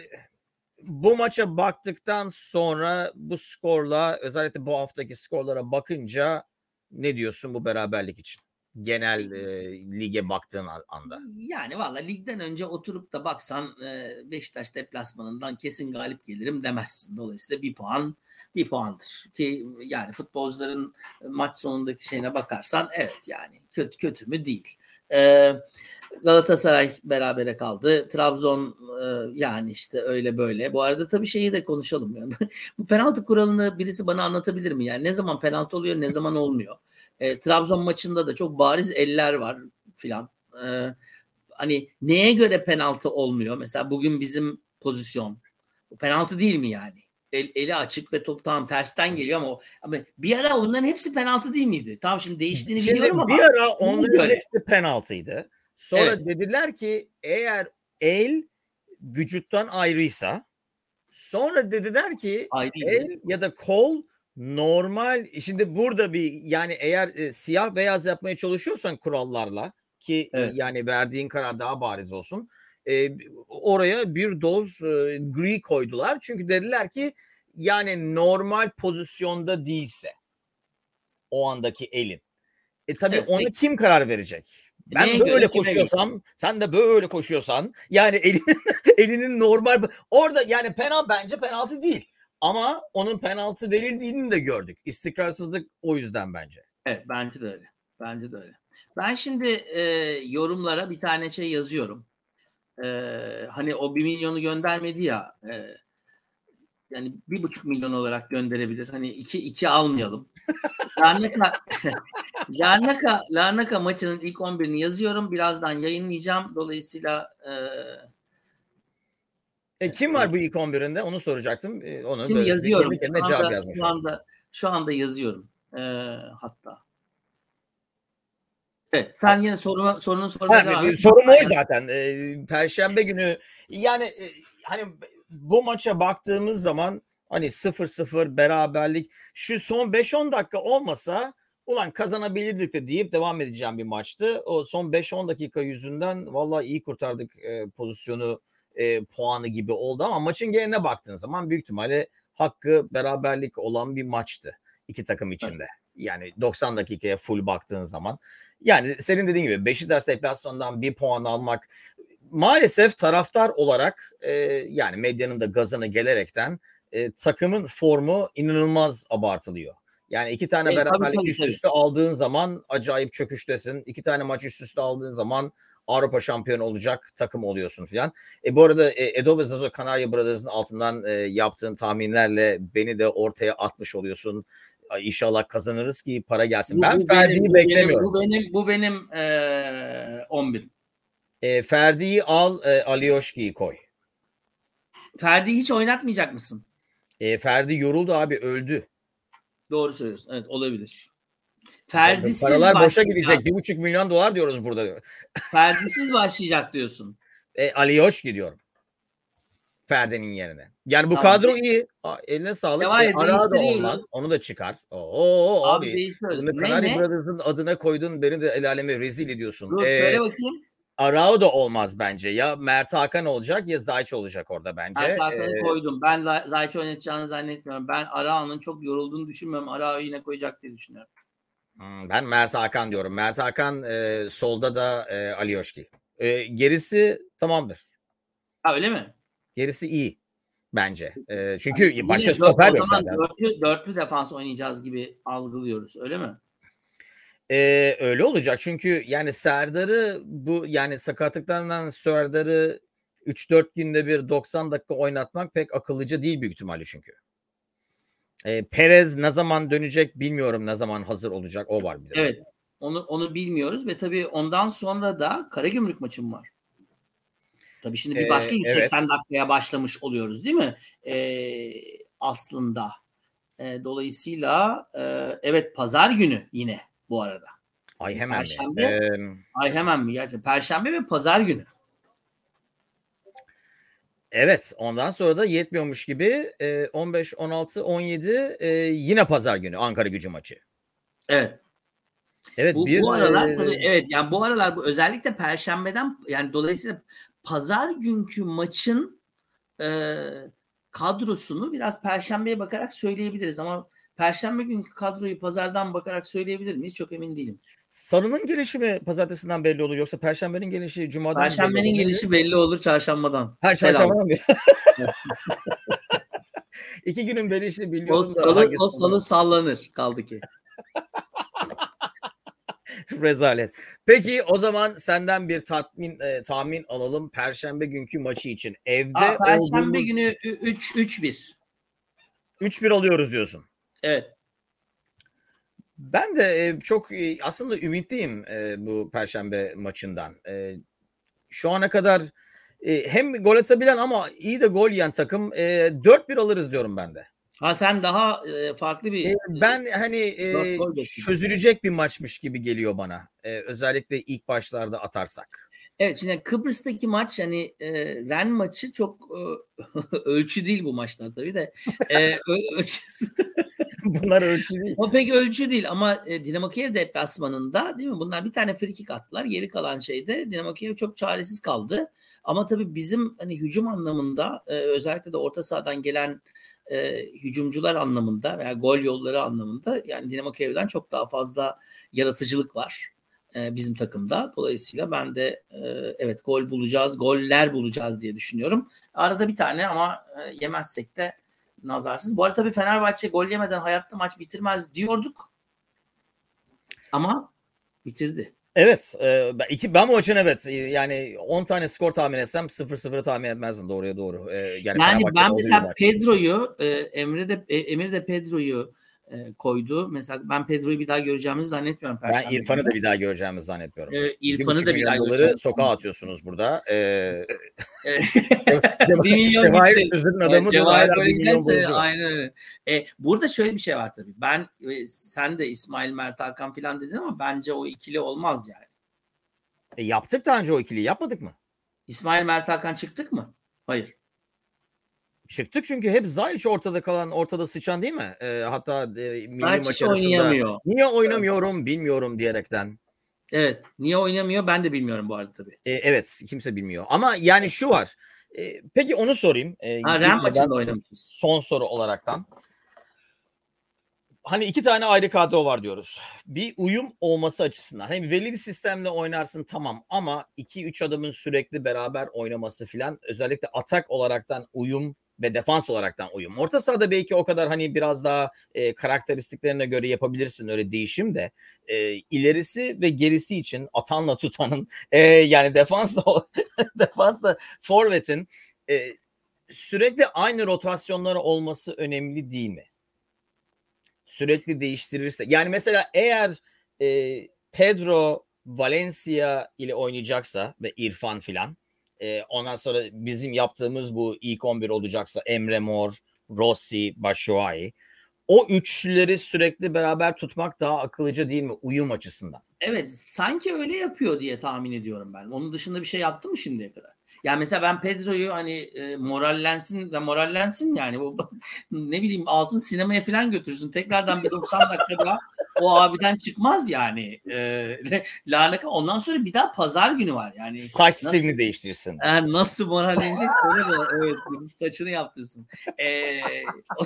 bu maça baktıktan sonra bu skorla özellikle bu haftaki skorlara bakınca ne diyorsun bu beraberlik için? Genel e, lige baktığın anda. Yani valla ligden önce oturup da baksan e, Beşiktaş deplasmanından kesin galip gelirim demezsin. Dolayısıyla bir puan bir puandır. Ki yani futbolcuların maç sonundaki şeyine bakarsan evet yani kötü kötü mü değil. E, Galatasaray berabere kaldı. Trabzon e, yani işte öyle böyle. Bu arada tabii şeyi de konuşalım. Yani. Bu penaltı kuralını birisi bana anlatabilir mi? Yani ne zaman penaltı oluyor ne zaman olmuyor? E, Trabzon maçında da çok bariz eller var filan. E, hani neye göre penaltı olmuyor? Mesela bugün bizim pozisyon. Bu penaltı değil mi yani? El, eli açık ve top tamam tersten geliyor ama, o, ama bir ara onların hepsi penaltı değil miydi? Tamam şimdi değiştiğini Şimdi biliyorum ama bir ara neye onların göre? hepsi penaltıydı. Sonra Evet. dediler ki eğer el vücuttan ayrıysa, sonra dediler ki Ayrıydı. el ya da kol normal. Şimdi burada bir yani eğer e, siyah beyaz yapmaya çalışıyorsan kurallarla ki e, Evet. yani verdiğin karar daha bariz olsun. E, oraya bir doz e, gri koydular. Çünkü dediler ki yani normal pozisyonda değilse o andaki elin. E tabii Evet. ona Peki. kim karar verecek? Ben Neye böyle göre, kime göre? koşuyorsam sen de böyle koşuyorsan yani elinin, elinin normal orada yani penaltı bence penaltı değil. Ama onun penaltı verildiğini de gördük. İstikrarsızlık o yüzden bence. Evet, bence de öyle. Bence de öyle. Ben şimdi e, yorumlara bir tane şey yazıyorum. E, hani o bir milyonu göndermedi ya. E, yani bir buçuk milyon olarak gönderebilir. Hani iki iki almayalım. Larnaka, Larnaka, Larnaka maçının ilk on birini yazıyorum. Birazdan yayınlayacağım. Dolayısıyla e, E, kim var bu ilk on birinde? Onu soracaktım. E, onu şimdi böyle yazıyorum. kendi kendine Şu cevap anda, yazmış şu oldum. anda, şu anda yazıyorum. E, hatta. Evet, sen yine sorunu, sorunu sormaya Ha, devam et. sorum o zaten. E, Perşembe günü yani e, hani bu maça baktığımız zaman hani sıfır sıfır beraberlik şu son beş on dakika olmasa ulan kazanabilirdik de deyip devam edeceğim bir maçtı. O son beş on dakika yüzünden vallahi iyi kurtardık e, pozisyonu e, puanı gibi oldu ama maçın geneline baktığın zaman büyük ihtimalle hakkı beraberlik olan bir maçtı iki takım içinde. Yani doksan dakikaya full baktığın zaman. Yani senin dediğin gibi Beşiktaş deplasmanından bir puan almak maalesef taraftar olarak e, yani medyanın da gazına gelerekten e, takımın formu inanılmaz abartılıyor. Yani iki tane E, tabii, beraberlik tabii, üst tabii. üste aldığın zaman acayip çöküştesin. İki tane maç üst üste aldığın zaman Avrupa şampiyonu olacak takım oluyorsun filan. E, bu arada e, Edo ve Zazo Kanarya Brothers'ın altından e, yaptığın tahminlerle beni de ortaya atmış oluyorsun. Ay, İnşallah kazanırız ki para gelsin. Bu, Ben bu Ferdi'yi benim, bu beklemiyorum. benim, bu benim, bu benim e, on birim. E, Ferdi'yi al, e, Alioski'yi koy. Ferdi hiç oynatmayacak mısın? E, Ferdi yoruldu abi, öldü. Doğru söylüyorsun. Evet, olabilir. Ferdisiz Paralar boşa gidecek. başlayacak. Bir buçuk milyon dolar diyoruz burada. Ferdisiz başlayacak diyorsun. E, Alioski diyorum. Ferdi'nin yerine. Yani bu Tamam. kadro iyi. A, eline sağlık. Devam E, et, Arao da değiştiriyoruz. olmaz. Onu da çıkar. Oo Abi abi. değiştiriyoruz. Bunu Ne Kanarya ne? Brothers'ın adına koydun. Beni de el aleme rezil ediyorsun. Dur E, söyle bakayım. Arao da olmaz bence. Ya Mert Hakan olacak ya Zayç olacak orada bence. Ben Hakan'ı E, koydum. Ben La- Zayt'ı oynatacağını zannetmiyorum. Ben Arao'nun çok yorulduğunu düşünmüyorum. Arao'yu yine koyacak diye düşünüyorum. Hmm, ben Mert Hakan diyorum. Mert Hakan e, solda da e, Alioski. E, gerisi tamamdır. Ha, öyle mi? Gerisi iyi bence. E, çünkü Yine başka dört- stoper o yok zaman zaten. dörtlü, dörtlü defans oynayacağız gibi algılıyoruz. Öyle mi? E, öyle olacak çünkü yani Serdar'ı bu yani sakatlıklarından Serdar'ı üç dört günde bir doksan dakika oynatmak pek akıllıca değil büyük ihtimalle çünkü. E, Perez ne zaman dönecek bilmiyorum, ne zaman hazır olacak, o var bir de. Evet. Onu onu bilmiyoruz ve tabii ondan sonra da Karagümrük maçım var. Tabii şimdi bir başka E, yüz seksen evet. dakikaya başlamış oluyoruz değil mi? Ee, aslında. Ee, dolayısıyla e, evet, pazar günü yine bu arada. Ay hemen mi? Perşembe. E, Ay hemen mi? Gerçekten Perşembe ve pazar günü. Evet, ondan sonra da yetmiyormuş gibi e, on beş, on altı, on yedi e, yine pazar günü Ankara-Gücü maçı. Evet. Evet, Bu, bir bu aralar e, tabii evet, yani bu aralar bu özellikle Perşembeden, yani dolayısıyla pazar günkü maçın e, kadrosunu biraz Perşembeye bakarak söyleyebiliriz ama Perşembe günkü kadroyu pazardan bakarak söyleyebilir miyiz? Çok emin değilim. Sarı'nın gelişi mi pazartesinden belli olur yoksa Perşembe'nin gelişi Cuma'dan mı belli olur? Perşembenin gelişi belli olur çarşambadan. Her Selam. çarşambadan mı? İki günün belişini O biliyorum da salı, hangisi o olur? salı sallanır kaldı ki. Rezalet. Peki o zaman senden bir tatmin e, tahmin alalım Perşembe günkü maçı için. Evde Aa, Perşembe olduğumuz günü üç üç bir. üç bir alıyoruz diyorsun. Evet. Ben de e, çok e, aslında ümitliyim e, bu Perşembe maçından. E, şu ana kadar e, hem gol atabilen ama iyi de gol yiyen takım, e, dört bir alırız diyorum ben de. Ha, sen daha e, farklı bir E, ben hani e, dört gol bekliyorum. çözülecek bir maçmış gibi geliyor bana. E, özellikle ilk başlarda atarsak. Evet, şimdi Kıbrıs'taki maç, hani e, Ren maçı çok e, ölçü değil bu maçlar tabii de. E, ö- ölçü- Bunlar ölçü değil. o pek ölçü değil ama e, Dinamo Kiev deplasmanında değil mi? Bunlar bir tane frikik attılar. Geri kalan şeyde Dinamo Kiev çok çaresiz kaldı. Ama tabii bizim hani hücum anlamında e, özellikle de orta sahadan gelen e, hücumcular anlamında veya gol yolları anlamında yani Dinamo Kiev'den çok daha fazla yaratıcılık var. e, bizim takımda. Dolayısıyla ben de e, evet gol bulacağız, goller bulacağız diye düşünüyorum. Arada bir tane ama e, yemezsek de nazarsız. Bu arada tabii Fenerbahçe gol yemeden hayatta maç bitirmez diyorduk. Ama bitirdi. Evet. E, ben, iki, ben bu maçın evet yani on tane skor tahmin etsem sıfır sıfırı tahmin etmezdim doğruya doğru. E, yani Yani Fenerbahçe'de ben olduğu mesela gibi. Pedro'yu e, Emre de e, Emir de Pedro'yu e, koydu. Mesela ben Pedro'yu bir daha göreceğimizi zannetmiyorum Ben Perşembe İrfan'ı günü. da bir daha göreceğimizi zannetmiyorum. E, Bir İrfan'ı buçuk da bir daha milyon doları göreceğimizi sokağa zannetmiyorum. atıyorsunuz burada. E, E, bir milyon Cevahir gitti. sözünün Evet, adamı da Cevahir hala böyle bir milyon giderse borcu var. aynen öyle. E, burada şöyle bir şey var tabii. Ben e, sen de İsmail Mert Hakan falan dedin ama bence o ikili olmaz yani. E, yaptık daha önce o ikiliyi yapmadık mı? İsmail Mert Hakan çıktık mı? Hayır. Çıktık çünkü hep Zayç ortada kalan, ortada sıçan değil mi? E, hatta e, milli Zayç maç hiç arasında oynayamıyor. niye oynamıyorum bilmiyorum diyerekten. Evet. Niye oynamıyor ben de bilmiyorum bu arada tabii. E, evet kimse bilmiyor. Ama yani şu var. E, peki onu sorayım. E, Ha, Ren girmeden maçında oynamışız. son soru olaraktan. Hani iki tane ayrı kadro var diyoruz. Bir uyum olması açısından. Hani belli bir sistemle oynarsın tamam ama iki üç adamın sürekli beraber oynaması filan özellikle atak olaraktan uyum ve defans olaraktan uyum. Orta sahada belki o kadar hani biraz daha e, karakteristiklerine göre yapabilirsin öyle değişim de e, ilerisi ve gerisi için atanla tutanın e, yani defansla defansla forvetin e, sürekli aynı rotasyonları olması önemli değil mi? Sürekli değiştirirse. Yani mesela eğer e, Pedro Valencia ile oynayacaksa ve İrfan filan e, ondan sonra bizim yaptığımız bu ilk on bir olacaksa Emre Mor, Rossi, Batshuayi o üçleri sürekli beraber tutmak daha akıllıca değil mi uyum açısından? Evet, sanki öyle yapıyor diye tahmin ediyorum ben. Onun dışında bir şey yaptı mı şimdiye kadar? Yani mesela ben Pedro'yu hani e, morallensin ve morallensin yani bu ne bileyim alsın sinemaya falan götürsün. Tekrardan bir doksan dakika daha o abiden çıkmaz yani. E, lanet. Ondan sonra bir daha pazar günü var yani. Saç Nasıl, stilini değiştirsin. yani nasıl morallenecekse öyle de evet saçını yaptırsın. E, o,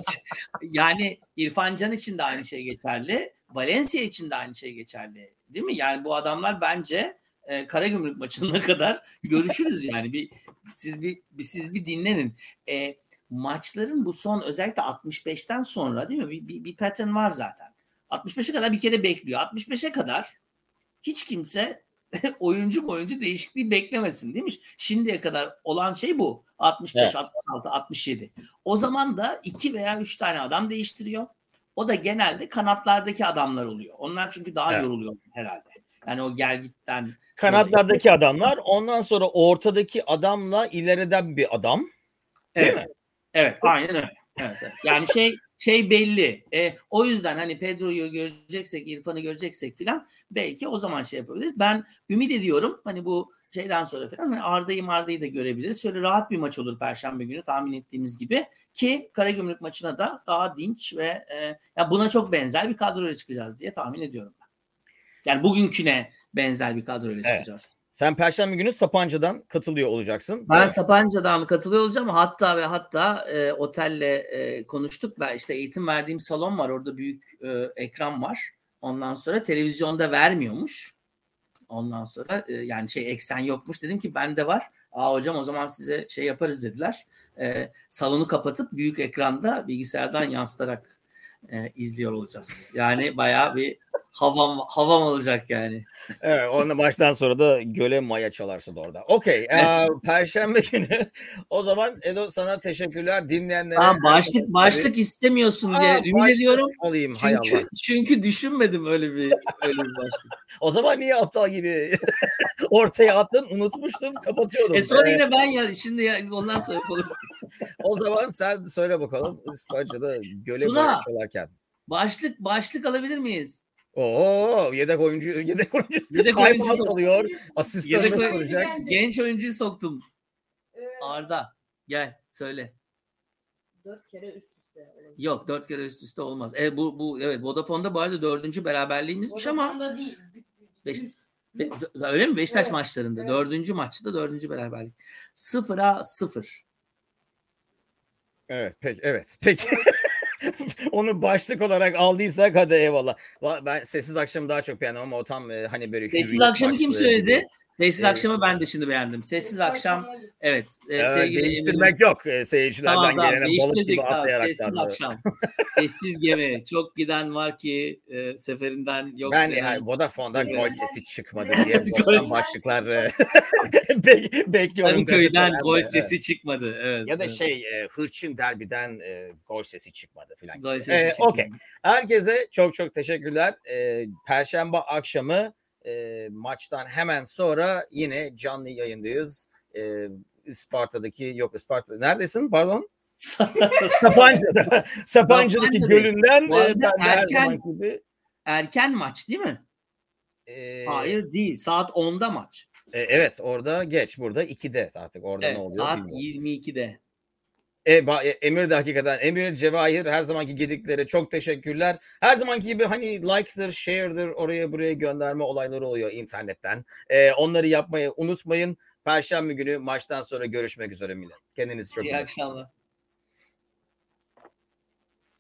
yani İrfan Can için de aynı şey geçerli. Valencia için de aynı şey geçerli. Değil mi? Yani bu adamlar bence e, Karagümrük maçına kadar görüşürüz yani. Bir siz bir, bir siz bir dinlenin. E, maçların bu son özellikle altmış beşten sonra değil mi? Bir, bir, bir pattern var zaten. altmış beşe kadar bir kere bekliyor. altmış beşe kadar hiç kimse oyuncu oyuncu değişikliği beklemesin değil mi? Şimdiye kadar olan şey bu. altmış beş, Evet. altmış altı, altmış yedi. O zaman da iki veya üç tane adam değiştiriyor. O da genelde kanatlardaki adamlar oluyor. Onlar çünkü daha Evet. yoruluyor herhalde. Yani o gelgitten Kanatlardaki adamlar ondan sonra ortadaki adamla ileriden bir adam. Değil evet. mi? Evet, aynen öyle. Evet, evet. Yani şey şey belli. E, o yüzden hani Pedro'yu göreceksek, İrfan'ı göreceksek filan belki o zaman şey yapabiliriz. Ben ümit ediyorum hani bu şeyden sonra falan hani Arda'yı Marda'yı da görebiliriz. Şöyle rahat bir maç olur Perşembe günü tahmin ettiğimiz gibi ki Karagümrük maçına da daha dinç ve e, ya buna çok benzer bir kadroyla çıkacağız diye tahmin ediyorum ben. Yani bugünküne benzer bir kadroyla Evet. çıkacağız. Sen Perşembe günü Sapanca'dan katılıyor olacaksın. Ben Sapanca'dan katılıyor olacağım. Hatta ve hatta e, otelle e, konuştuk. Ben işte eğitim verdiğim salon var. Orada büyük e, ekran var. Ondan sonra televizyonda vermiyormuş. Ondan sonra e, yani şey eksen yokmuş. Dedim ki bende var. Aa hocam o zaman size şey yaparız dediler. E, salonu kapatıp büyük ekranda bilgisayardan yansıtarak e, izliyor olacağız. Yani bayağı bir havam havam olacak yani. Evet, onun baştan sonra da göle maya çalarsın orada. Okey. Ee, Perşembe günü. O zaman Edo sana teşekkürler. Dinleyenlere. Tamam, başlık başlık istemiyorsun diye Aa, ümit başlık ediyorum. alayım, hay Çünkü Allah. çünkü düşünmedim öyle bir öyle bir başlık. O zaman niye aptal gibi ortaya attın? Unutmuştum. Kapatıyordum. E sonra Ee, yine ben ya şimdi ya, ondan sonra yapalım. o zaman sen söyle bakalım. İspanya'da göle Tuna. maya çalarken. Başlık başlık alabilir miyiz? Oo, yedek oyuncu yedek oyuncu Yedek time oyuncu out sok- alıyor. Yedek Asistanımız oyuncu olacak. Genç oyuncuyu soktum. Ee, Arda gel söyle. dört kere üst üste olabilir. Yok dört kere üst üste olmaz. E bu bu evet Vodafone'da bu arada dördüncü beraberliğimizmiş ama Vodafone'da değil. Beş, Üst. Be- öyle mi? Beşiktaş Evet, maçlarında. evet. Dördüncü maçta da dördüncü beraberlik. Sıfıra sıfır. Evet, peki, evet, peki. Onu başlık olarak aldıysak hadi eyvallah. Va- Ben Sessiz Akşam'ı daha çok beğendim ama o tam e, hani böyle Sessiz hürriyet Akşam'ı kim başlığı söyledi? gibi. Sessiz Ee, Akşam'ı ben de şimdi beğendim. Sessiz Akşam, evet. E, Evet, sevgili Emin. değiştirmek yok. E, seyircilerden Tamam tamam gelene balık değiştirdik. gibi Tamam. atlayarak. Sessiz Akşam. Sessiz gemi. Çok giden var ki e, seferinden yok. Ben denen- yani Vodafone'dan Evet. gol sesi çıkmadı diye Gol boktan sesi. başlıklar e, bek- bekliyorum. Kadıköy'den gazetelerde. gol Evet. sesi çıkmadı. Evet. Ya da evet. şey e, Hırçın Derbi'den e, gol sesi çıkmadı filan. Gol sesi E, çıkmadı. Okey. Herkese çok çok teşekkürler. E, Perşembe akşamı e, maçtan hemen sonra yine canlı yayındayız. E, Isparta'daki yok Isparta neredesin pardon? Sapanca'da. Sapanca'daki Sapanca'dayım. gölünden Bu e, arada ben de her erken- zaman gibi Erken maç değil mi? e, Hayır değil. Saat onda maç. e, evet orada geç burada ikide artık orada ne Evet, oluyor saat bilmiyorum. yirmi ikide. E, ba- e, Emir de hakikaten Emir Cevahir her zamanki gediklere çok teşekkürler. Her zamanki gibi hani like'dır, share'dır oraya buraya gönderme olayları oluyor internetten. E, onları yapmayı unutmayın. Perşembe günü maçtan sonra görüşmek üzere millet. Kendinize çok iyi İyi bakın. akşamlar.